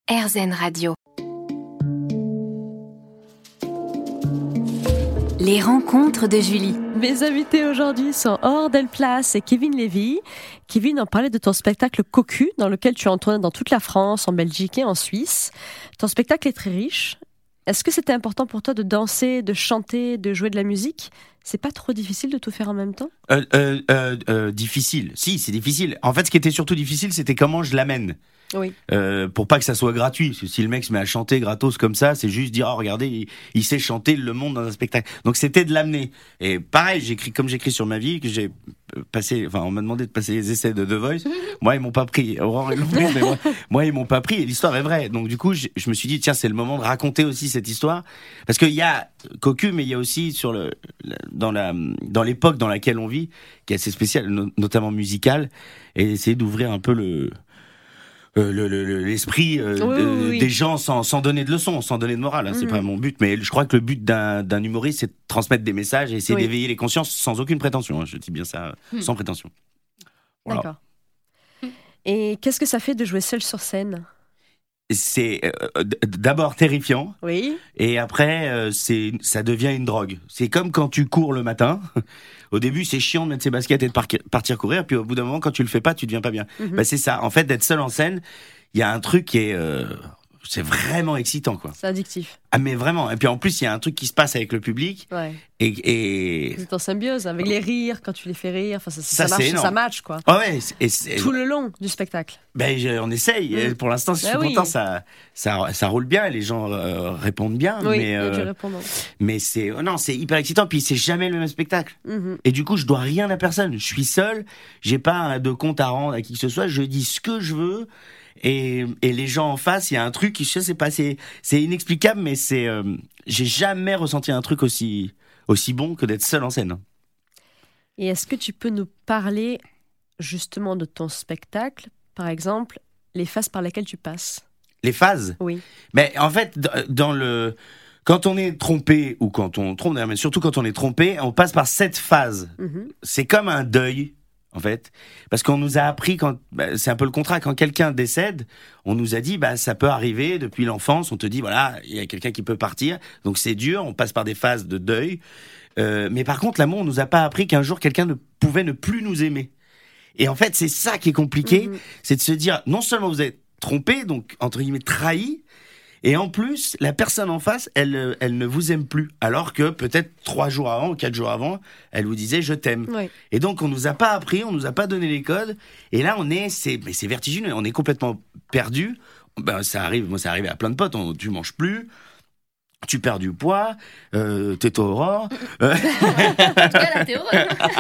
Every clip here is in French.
RZN Radio. Les rencontres de Julie. Mes invités aujourd'hui sont Aurore Delplace et Kevin Lévy. Kevin, on parlait de ton spectacle Cocu, dans lequel tu as tourné dans toute la France, en Belgique et en Suisse. Ton spectacle est très riche. Est-ce que c'était important pour toi de danser, de chanter, de jouer de la musique ? C'est pas trop difficile de tout faire en même temps ? Difficile. Si, c'est difficile. En fait, ce qui était surtout difficile, c'était comment je l'amène. Oui. Pour pas que ça soit gratuit. Parce que si le mec se met à chanter gratos comme ça, c'est juste dire, oh, regardez, il sait chanter le monde dans un spectacle. Donc c'était de l'amener. Et pareil, j'écris sur ma vie, que j'ai passé, enfin, on m'a demandé de passer les essais de The Voice. Moi, ils m'ont pas pris. Aurore, ils l'ont pris, mais moi, ils m'ont pas pris. Et l'histoire est vraie. Donc du coup, je me suis dit, tiens, c'est le moment de raconter aussi cette histoire. Parce qu'il y a Cocu, mais il y a aussi dans l'époque dans laquelle on vit, qui est assez spéciale, notamment musicale, et essayer d'ouvrir un peu l'esprit des gens sans donner de leçons, sans donner de morale, hein, c'est pas mon but, mais je crois que le but d'un humoriste, c'est de transmettre des messages et essayer d'éveiller les consciences sans aucune prétention, hein, je dis bien ça, sans prétention. Voilà. D'accord. Et qu'est-ce que ça fait de jouer seul sur scène ? C'est d'abord terrifiant, oui. Et après ça devient une drogue. C'est comme quand tu cours le matin. Au début, c'est chiant de mettre ses baskets et de partir courir, puis au bout d'un moment, quand tu le fais pas, tu deviens pas bien. Bah, c'est ça. En fait, d'être seul en scène, il y a un truc qui est c'est vraiment excitant, quoi. C'est addictif. Ah, mais vraiment. Et puis en plus, il y a un truc qui se passe avec le public. Ouais. Et... C'est en symbiose, avec les rires, quand tu les fais rire. Enfin, ça marche, ça match, quoi. Ah ouais, tout le long du spectacle. Ben, on essaye. Pour l'instant, je suis content, ça roule bien et les gens répondent bien. Oui, mais, il y a du répondant. Mais c'est hyper excitant. Puis c'est jamais le même spectacle. Et du coup, je dois rien à personne. Je suis seul. J'ai pas de compte à rendre à qui que ce soit. Je dis ce que je veux. Et les gens en face, il y a un truc, je sais pas, c'est inexplicable, mais j'ai jamais ressenti un truc aussi bon que d'être seul en scène. Et est-ce que tu peux nous parler justement de ton spectacle, par exemple, les phases par lesquelles tu passes ? Les phases ? Oui. Mais en fait, quand on est trompé, ou quand on trompe, mais surtout quand on est trompé, on passe par 7 phases. C'est comme un deuil. En fait, parce qu'on nous a appris c'est un peu le contrat, quand quelqu'un décède, on nous a dit ça peut arriver depuis l'enfance, on te dit voilà, il y a quelqu'un qui peut partir, donc c'est dur, on passe par des phases de deuil, mais par contre l'amour, on nous a pas appris qu'un jour quelqu'un pouvait ne plus nous aimer. Et en fait, c'est ça qui est compliqué, c'est de se dire non seulement vous êtes trompé, donc entre guillemets trahi, et en plus, la personne en face, elle ne vous aime plus. Alors que peut-être 3 jours avant ou 4 jours avant, elle vous disait « je t'aime oui. ». Et donc, on nous a pas appris, on nous a pas donné les codes. Et là, c'est vertigineux, on est complètement perdu. Ça arrive, moi, ça arrive à plein de potes. Tu manges plus, tu perds du poids, t'es Aurore. En tout cas, la théorie.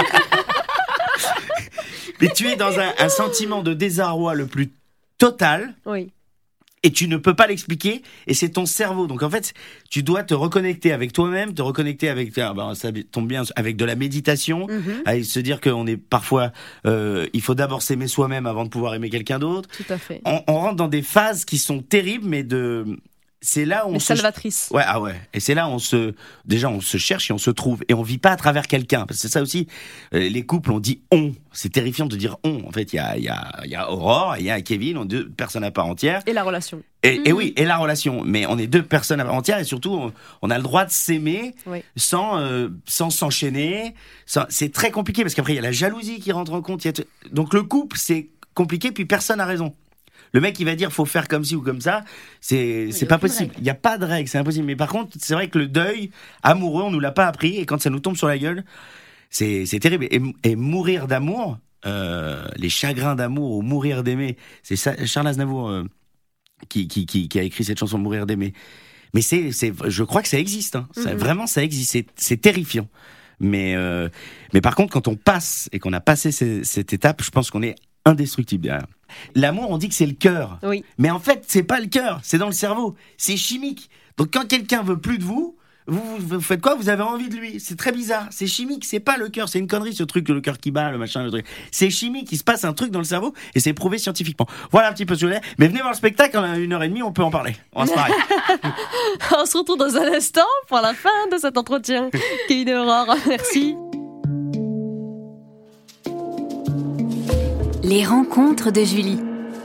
Mais tu es dans un sentiment de désarroi le plus total. Oui. Et tu ne peux pas l'expliquer, et c'est ton cerveau. Donc en fait, tu dois te reconnecter avec toi-même, te reconnecter avec, ça tombe bien, avec de la méditation, à se dire qu'on est parfois, il faut d'abord s'aimer soi-même avant de pouvoir aimer quelqu'un d'autre. Tout à fait. On rentre dans des phases qui sont terribles, mais c'est là où salvatrice. Ouais, ah ouais. Et c'est là où on se cherche et on se trouve. Et on vit pas à travers quelqu'un. Parce que c'est ça aussi. Les couples, on dit on. C'est terrifiant de dire on. En fait, il y a Aurore et il y a Kevin. On est 2 personnes à part entière. Et la relation. Et oui, et la relation. Mais on est 2 personnes à part entière et surtout, on a le droit de s'aimer sans s'enchaîner. C'est très compliqué parce qu'après, il y a la jalousie qui rentre en compte. Donc le couple, c'est compliqué puis personne n'a raison. Le mec, il va dire, faut faire comme ci ou comme ça. C'est pas possible. Il n'y a pas de règle, c'est impossible. Mais par contre, c'est vrai que le deuil amoureux, on nous l'a pas appris. Et quand ça nous tombe sur la gueule, c'est terrible. Et mourir d'amour, les chagrins d'amour ou mourir d'aimer, c'est ça, Charles Aznavour qui a écrit cette chanson Mourir d'aimer. Mais je crois que ça existe. Hein. Vraiment, ça existe. C'est terrifiant. Mais par contre, quand on passe et qu'on a passé cette étape, je pense qu'on est indestructible derrière. L'amour, on dit que c'est le cœur. Oui. Mais en fait, c'est pas le cœur, c'est dans le cerveau. C'est chimique. Donc quand quelqu'un veut plus de vous faites quoi ? Vous avez envie de lui. C'est très bizarre. C'est chimique, c'est pas le cœur. C'est une connerie ce truc, le cœur qui bat, le machin, le truc. C'est chimique, il se passe un truc dans le cerveau et c'est prouvé scientifiquement. Voilà un petit peu ce que je voulais. Mais venez voir le spectacle, en 1h30, on peut en parler. On va se parler. On se retrouve dans un instant pour la fin de cet entretien. Kevin et Aurore, merci. Les rencontres de Julie.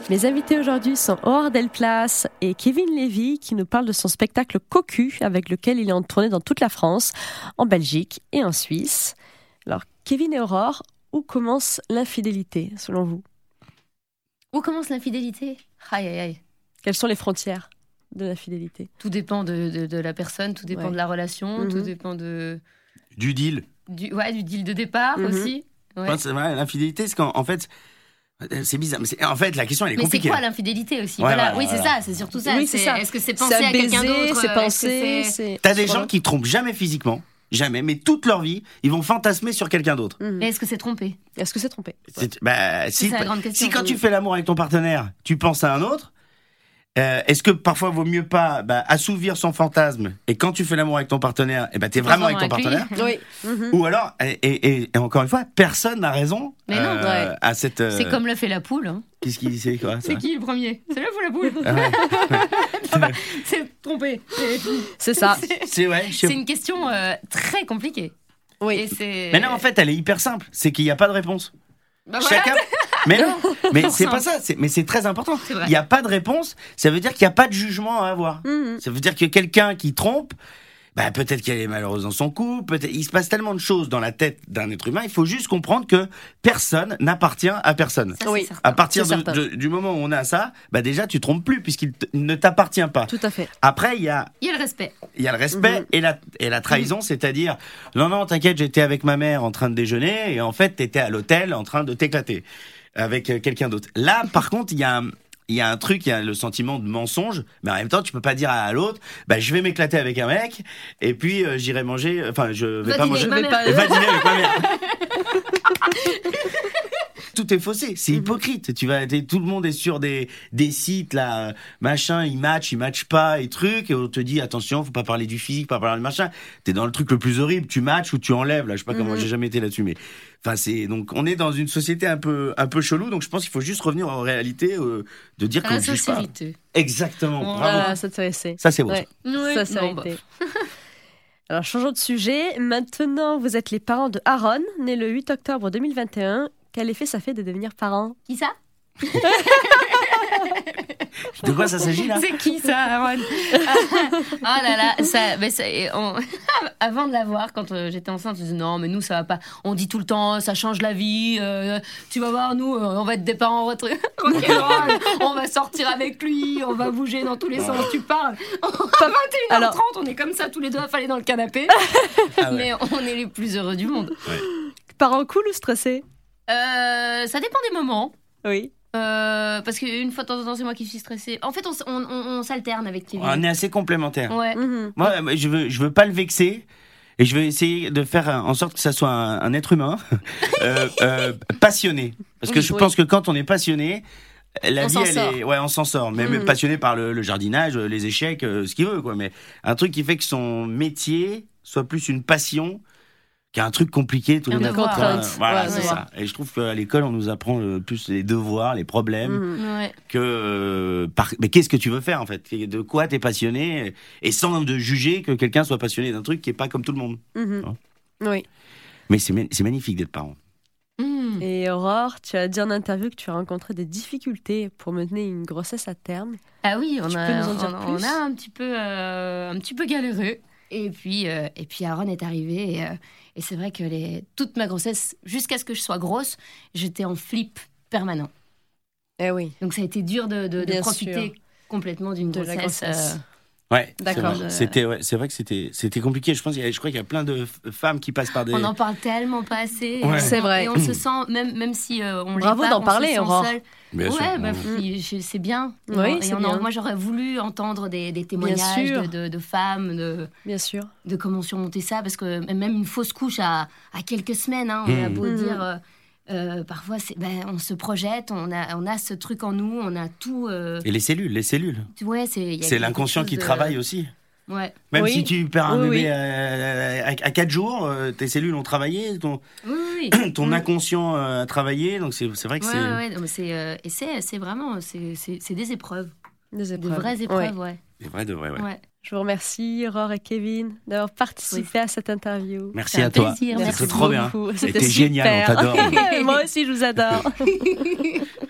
Mes invités aujourd'hui sont Aurore Delplace et Kevin Lévy qui nous parlent de son spectacle Cocu avec lequel il est en tournée dans toute la France, en Belgique et en Suisse. Alors, Kevin et Aurore, où commence l'infidélité selon vous ? Où commence l'infidélité ? Aïe, aïe, aïe. Quelles sont les frontières de l'infidélité ? Tout dépend de la personne, tout dépend de la relation, tout dépend du deal. Du deal de départ aussi. Ouais. Ouais, c'est vrai, l'infidélité, c'est qu'en fait... C'est bizarre, mais en fait la question elle est compliquée. Mais c'est quoi l'infidélité aussi ? Ouais, voilà. voilà, Oui, voilà. c'est ça, c'est surtout ça. Oui, c'est ça. Est-ce que c'est penser à quelqu'un d'autre ? C'est penser, T'as des gens qui trompent jamais physiquement, jamais, mais toute leur vie, ils vont fantasmer sur quelqu'un d'autre. Mais est-ce que c'est trompé ? Est-ce que c'est trompé ? C'est la grande question. Si quand tu fais l'amour avec ton partenaire, tu penses à un autre, est-ce que parfois vaut mieux pas assouvir son fantasme et quand tu fais l'amour avec ton partenaire, t'es vraiment avec ton partenaire ? Oui. Ou alors, et encore une fois, personne n'a raison. Mais non, à cette. C'est comme l'œuf et la poule. Hein. Qu'est-ce qu'il c'est quoi ça ? C'est qui le premier ? C'est l'œuf ou la poule ? C'est trompé. C'est ça. C'est ouais. C'est une question très compliquée. Oui. Et c'est... Mais non, en fait, elle est hyper simple. C'est qu'il n'y a pas de réponse. Bah voilà. Chacun. Mais non, mais Pour c'est ça. pas ça. Mais c'est très important. C'est vrai. Il n'y a pas de réponse. Ça veut dire qu'il n'y a pas de jugement à avoir. Ça veut dire que quelqu'un qui trompe, peut-être qu'elle est malheureuse dans son couple. Il se passe tellement de choses dans la tête d'un être humain. Il faut juste comprendre que personne n'appartient à personne. Ça, Oui. c'est certain. À partir C'est certain. du moment où on a ça, déjà tu trompes plus puisqu'il ne t'appartient pas. Tout à fait. Après, il y a Il y a le respect. le respect et la trahison, c'est-à-dire non, t'inquiète, j'étais avec ma mère en train de déjeuner et en fait t'étais à l'hôtel en train de t'éclater avec quelqu'un d'autre. Là, par contre, il y a un truc, il y a le sentiment de mensonge, mais en même temps, tu peux pas dire à l'autre, je vais m'éclater avec un mec et puis j'irai manger, je vais Va pas dîner manger, avec ma mère. va dîner avec ma mère. Tout est faussé, c'est hypocrite. Tout le monde est sur des sites là, machin, ils matchent pas et trucs, et on te dit attention, faut pas parler du physique, pas parler du machin. T'es dans le truc le plus horrible, tu matches ou tu enlèves là, je sais pas comment, j'ai jamais été là-dessus, mais donc on est dans une société un peu chelou, donc je pense qu'il faut juste revenir en réalité, de dire À qu'on la ne juge pas. sincérité. Exactement, bravo. Voilà, ça c'est. Ça c'est beau. Ouais. Oui, Ça, ça a non, été. Alors, changeons de sujet. Maintenant, vous êtes les parents de Aaron, né le 8 octobre 2021. Quel effet ça fait de devenir parent ? Qui ça ? De quoi ça s'agit là ? C'est qui ça, Aaron ? Oh là là, avant de l'avoir, quand j'étais enceinte, je disais non, mais nous ça va pas. On dit tout le temps, ça change la vie. Tu vas voir, nous, on va être des parents rock'n'roll. On va sortir avec lui, on va bouger dans tous les sens. Tu parles. À 21h30, on est comme ça tous les deux affalés dans le canapé. Ah ouais. Mais on est les plus heureux du monde. Parent cool ou stressé ? Ça dépend des moments. Oui. Parce qu'une fois de temps en temps, c'est moi qui suis stressée. En fait, on s'alterne avec Kevin. On est assez complémentaires. Ouais. Moi, je veux pas le vexer. Et je vais essayer de faire en sorte que ça soit un être humain passionné. Parce que je pense que quand on est passionné, la vie, on s'en sort. Même passionné par le jardinage, les échecs, ce qu'il veut, quoi. Mais un truc qui fait que son métier soit plus une passion qu'un truc compliqué tous les matins. Voilà, c'est ça. Et je trouve qu'à l'école, on nous apprend plus les devoirs, les problèmes, mais qu'est-ce que tu veux faire en fait ? De quoi t'es passionné ? Et sans de juger que quelqu'un soit passionné d'un truc qui est pas comme tout le monde. Oui. Mais c'est magnifique d'être parent. Et Aurore, tu as dit en interview que tu as rencontré des difficultés pour mener une grossesse à terme. Ah oui, on peux a nous en dire plus ? un petit peu galéré. Et puis Aaron est arrivé et c'est vrai que toute ma grossesse, jusqu'à ce que je sois grosse, j'étais en flip permanent. Eh oui. Donc ça a été dur de profiter complètement d'une De la grossesse. Ouais, d'accord. C'est vrai que c'était compliqué. Je crois qu'il y a plein de femmes qui passent par des. On en parle tellement pas assez. Ouais. C'est vrai. Et on se sent, même si on Bravo l'est pas, d'en parler, on se Aurore. sent seul. Bien Ouais, c'est bien. Oui, c'est bien. Moi, j'aurais voulu entendre des témoignages de femmes, Bien sûr. de comment surmonter ça, parce que même une fausse couche à quelques semaines, on a beau dire, parfois on se projette, on a ce truc en nous, on a tout. Et les cellules. Ouais, C'est l'inconscient qui travaille aussi. Ouais. Même Oui. si tu perds un Oui, bébé à 4 jours, tes cellules ont travaillé, Oui. ton inconscient a travaillé, donc c'est vrai que C'est vraiment c'est des épreuves, Des de épreuves. vraies épreuves, ouais. c'est vrai de vrai. Ouais. Ouais. Je vous remercie, Aurore et Kevin, d'avoir participé à cette interview. Merci C'est un à toi. plaisir, C'était merci trop bien. beaucoup. C'était génial, on t'adore. Moi aussi, je vous adore.